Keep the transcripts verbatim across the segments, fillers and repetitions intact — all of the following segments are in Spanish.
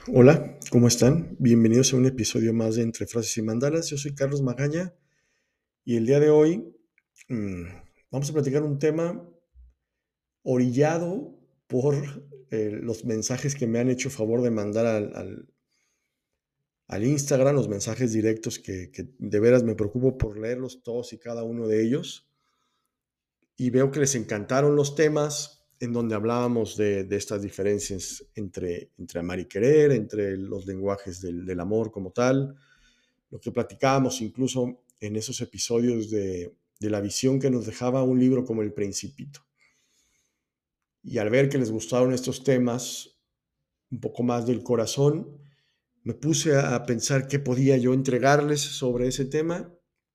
Hola, ¿cómo están? Bienvenidos a un episodio más de Entre Frases y Mandalas. Yo soy Carlos Magaña y el día de hoy mm, vamos a platicar un tema orillado por eh, los mensajes que me han hecho favor de mandar al, al- al Instagram, los mensajes directos que, que de veras me preocupo por leerlos todos y cada uno de ellos. Y veo que les encantaron los temas en donde hablábamos de, de estas diferencias entre, entre amar y querer, entre los lenguajes del, del amor como tal, lo que platicábamos incluso en esos episodios de, de la visión que nos dejaba un libro como El Principito. Y al ver que les gustaron estos temas, un poco más del corazón, me puse a pensar qué podía yo entregarles sobre ese tema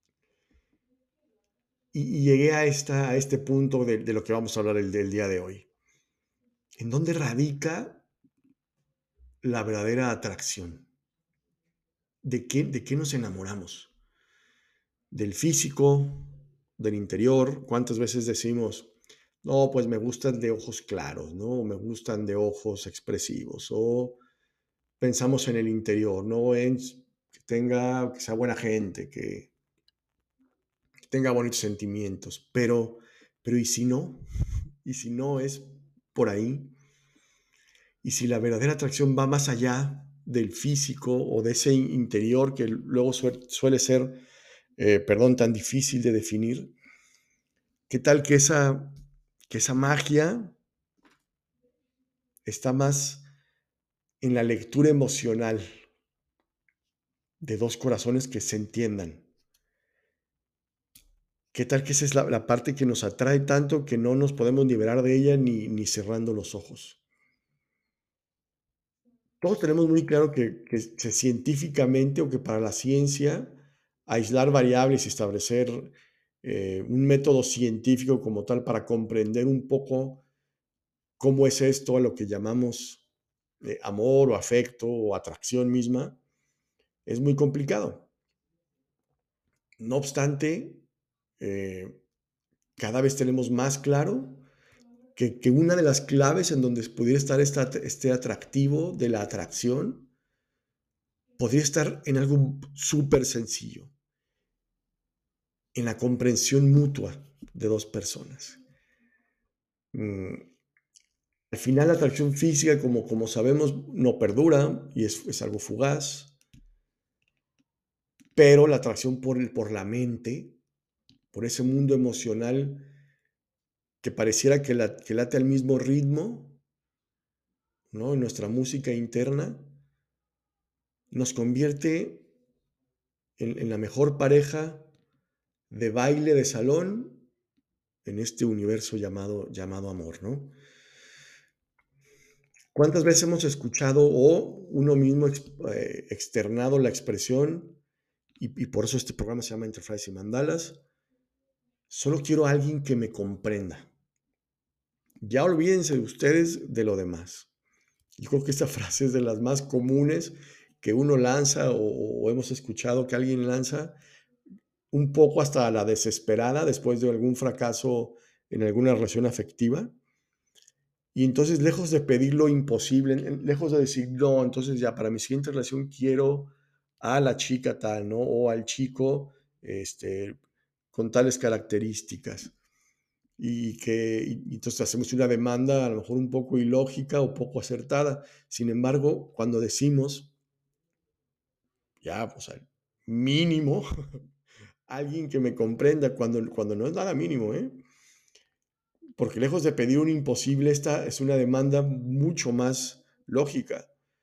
y, y llegué a, esta, a este punto de, de lo que vamos a hablar el, del día de hoy. ¿En dónde radica la verdadera atracción? ¿De qué, de qué nos enamoramos? ¿Del físico? ¿Del interior? ¿Cuántas veces decimos, no, pues me gustan de ojos claros, ¿no? Me gustan de ojos expresivos. O pensamos en el interior, ¿no? En que tenga, que sea buena gente, que tenga bonitos sentimientos. Pero, pero ¿y si no? ¿Y si no es por ahí? ¿Y si la verdadera atracción va más allá del físico o de ese interior que luego suele, suele ser, eh, perdón, tan difícil de definir? ¿Qué tal que esa, que esa magia está más en la lectura emocional de dos corazones que se entiendan? ¿Qué tal que esa es la, la parte que nos atrae tanto que no nos podemos liberar de ella ni, ni cerrando los ojos? Todos tenemos muy claro que, que, que científicamente o que para la ciencia aislar variables y establecer eh, un método científico como tal para comprender un poco cómo es esto a lo que llamamos eh, amor o afecto o atracción misma, es muy complicado. No obstante, eh, cada vez tenemos más claro que, que, una de las claves en donde pudiera estar esta, este atractivo de la atracción podría estar en algo súper sencillo, en la comprensión mutua de dos personas. Mm, al final la atracción física, como, como sabemos, no perdura y es, es algo fugaz, pero la atracción por, el, por la mente, por ese mundo emocional que pareciera que, la, que late al mismo ritmo, ¿no? En nuestra música interna, nos convierte en, en la mejor pareja de baile de salón en este universo llamado, llamado amor, ¿no? ¿Cuántas veces hemos escuchado o uno mismo ex, eh, externado la expresión, y, y por eso este programa se llama Entre Frases y Mandalas, solo quiero a alguien que me comprenda? Ya olvídense de ustedes de lo demás. Yo creo que esta frase es de las más comunes que uno lanza o, o hemos escuchado que alguien lanza un poco hasta la desesperada después de algún fracaso en alguna relación afectiva. Y entonces, lejos de pedir lo imposible, lejos de decir, no, entonces ya para mi siguiente relación quiero a la chica tal, ¿no? O al chico este, con tales características. Y que y entonces hacemos una demanda a lo mejor un poco ilógica o poco acertada. Sin embargo, cuando decimos, ya, pues al mínimo, alguien que me comprenda, cuando, cuando no es nada mínimo, ¿eh? Porque lejos de pedir un imposible, esta es una demanda mucho más lógica,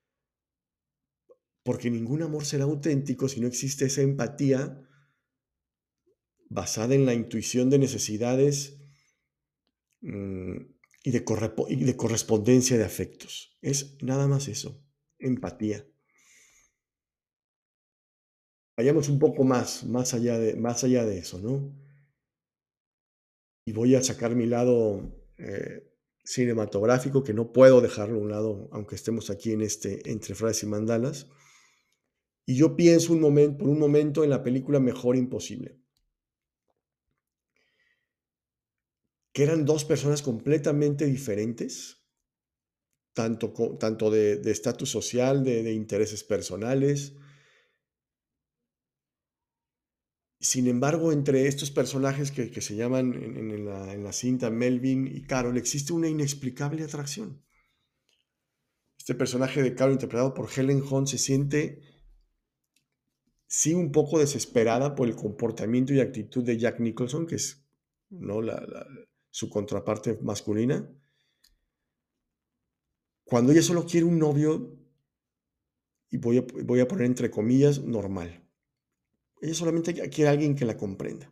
porque ningún amor será auténtico si no existe esa empatía basada en la intuición de necesidades mmm, y, de y de correspondencia de afectos. Es nada más eso, empatía. Vayamos un poco más, más allá de, más allá de eso, ¿no? Y voy a sacar mi lado eh, cinematográfico, que no puedo dejarlo a un lado, aunque estemos aquí en este Entre Frases y Mandalas. Y yo pienso un momento, por un momento en la película Mejor Imposible, que eran dos personas completamente diferentes, tanto, co- tanto de de estatus social, de, de intereses personales. Sin embargo, entre estos personajes que, que se llaman en, en la, en la cinta Melvin y Carol, existe una inexplicable atracción. Este personaje de Carol, interpretado por Helen Hunt, se siente, sí, un poco desesperada por el comportamiento y actitud de Jack Nicholson, que es, ¿no?, la, la- su contraparte masculina, cuando ella solo quiere un novio, y voy a, voy a poner entre comillas, normal. Ella solamente quiere a alguien que la comprenda.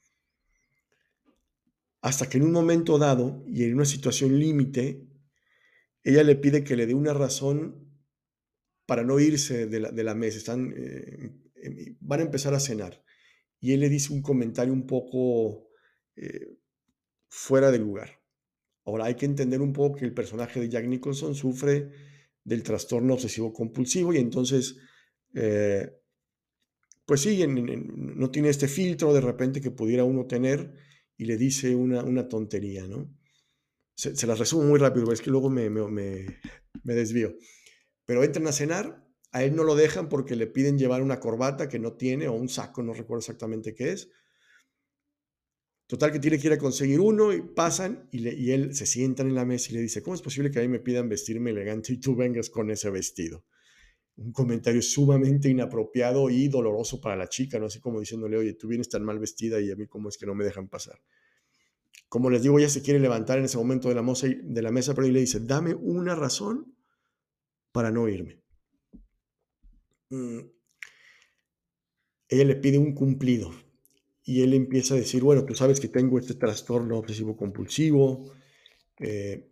Hasta que en un momento dado y en una situación límite, ella le pide que le dé una razón para no irse de la, de la mesa. Están, eh, em, van a empezar a cenar. Y él le dice un comentario un poco eh, fuera de lugar. Ahora hay que entender un poco que el personaje de Jack Nicholson sufre del trastorno obsesivo compulsivo y entonces, eh, pues sí, en- en- no tiene este filtro de repente que pudiera uno tener y le dice una, una tontería, ¿no? Se, se las resumo muy rápido, es que luego me, me, me, me desvío. Pero entran a cenar, a él no lo dejan porque le piden llevar una corbata que no tiene o un saco, no recuerdo exactamente qué es. Total que tiene que ir a conseguir uno y pasan y, le, y él se sientan en la mesa y le dice, ¿cómo es posible que a mí me pidan vestirme elegante y tú vengas con ese vestido? Un comentario sumamente inapropiado y doloroso para la chica, ¿no? Así como diciéndole, oye, tú vienes tan mal vestida y a mí cómo es que no me dejan pasar. Como les digo, ella se quiere levantar en ese momento de la, moza, de la mesa, pero él le dice, dame una razón para no irme. Mm, ella le pide un cumplido y él empieza a decir, bueno, tú sabes que tengo este trastorno obsesivo compulsivo, eh,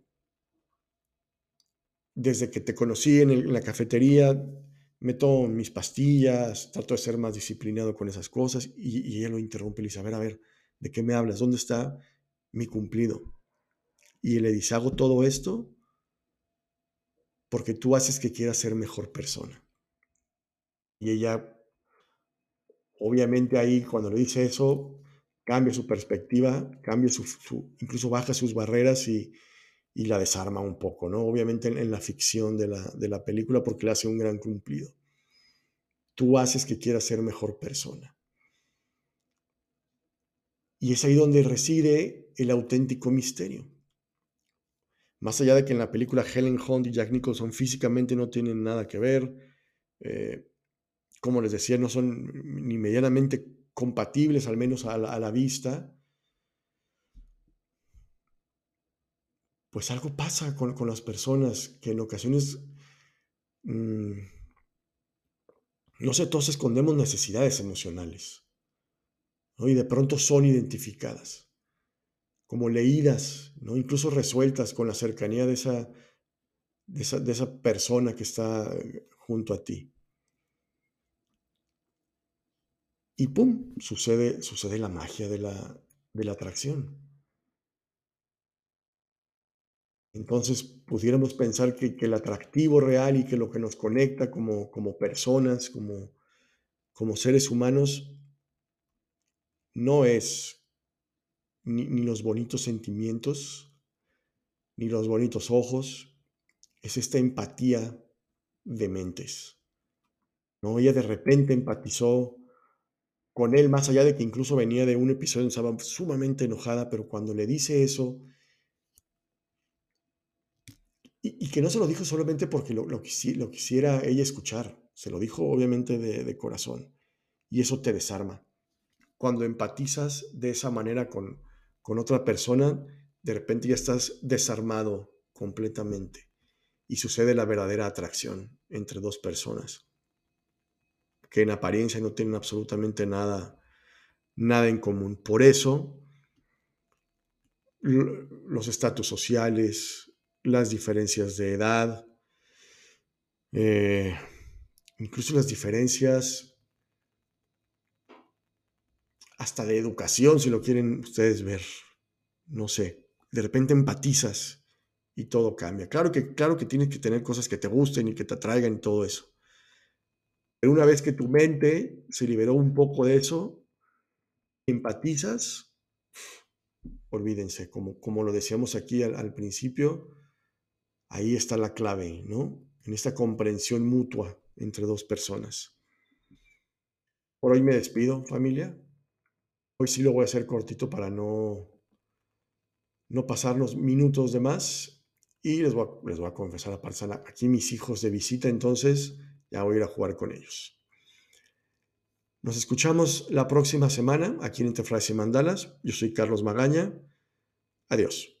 desde que te conocí en, el, en, la cafetería, me tomo mis pastillas, trato de ser más disciplinado con esas cosas y, y ella lo interrumpe y le dice, a ver, a ver, ¿de qué me hablas? ¿Dónde está mi cumplido? Y él le dice, hago todo esto porque tú haces que quieras ser mejor persona. Y ella, obviamente ahí, cuando le dice eso, cambia su perspectiva, cambia su, su incluso baja sus barreras y, y, la desarma un poco, ¿no? Obviamente en, en la ficción de la, de la película porque le hace un gran cumplido. Tú haces que quieras ser mejor persona. Y es ahí donde reside el auténtico misterio. Más allá de que en la película Helen Hunt y Jack Nicholson físicamente no tienen nada que ver, eh, como les decía, no son ni medianamente compatibles, al menos a la, a la vista, pues algo pasa con, con las personas que en ocasiones, mmm, no sé, todos escondemos necesidades emocionales, ¿no? Y de pronto son identificadas, como leídas, ¿no? Incluso resueltas con la cercanía de esa, de esa, de esa persona que está junto a ti. Y ¡pum! Sucede, sucede la magia de la, de la atracción. Entonces, pudiéramos pensar que, que el atractivo real y que lo que nos conecta como, como personas, como, como seres humanos, no es ni, ni los bonitos sentimientos, ni los bonitos ojos, es esta empatía de mentes, ¿no? Ella de repente empatizó con él, más allá de que incluso venía de un episodio donde estaba sumamente enojada, pero cuando le dice eso, y, y que no se lo dijo solamente porque lo, lo, quisi, lo quisiera ella escuchar, se lo dijo obviamente de, de corazón, y eso te desarma. Cuando empatizas de esa manera con, con otra persona, de repente ya estás desarmado completamente y sucede la verdadera atracción entre dos personas que en apariencia no tienen absolutamente nada, nada en común. Por eso, los estatus sociales, las diferencias de edad, eh, incluso las diferencias hasta de educación, si lo quieren ustedes ver, no sé, de repente empatizas y todo cambia. Claro que, claro que tienes que tener cosas que te gusten y que te atraigan y todo eso. Pero una vez que tu mente se liberó un poco de eso, empatizas, olvídense, como, como lo decíamos aquí al, al principio, Ahí está la clave, ¿no? En esta comprensión mutua entre dos personas. Por hoy me despido, familia. Hoy sí lo voy a hacer cortito para no, no pasarnos minutos de más. Y les voy a, les voy a confesar, aparte, están aquí mis hijos de visita, entonces ya voy a ir a jugar con ellos. Nos escuchamos la próxima semana aquí en Enterprise y Mandalas. Yo soy Carlos Magaña. Adiós.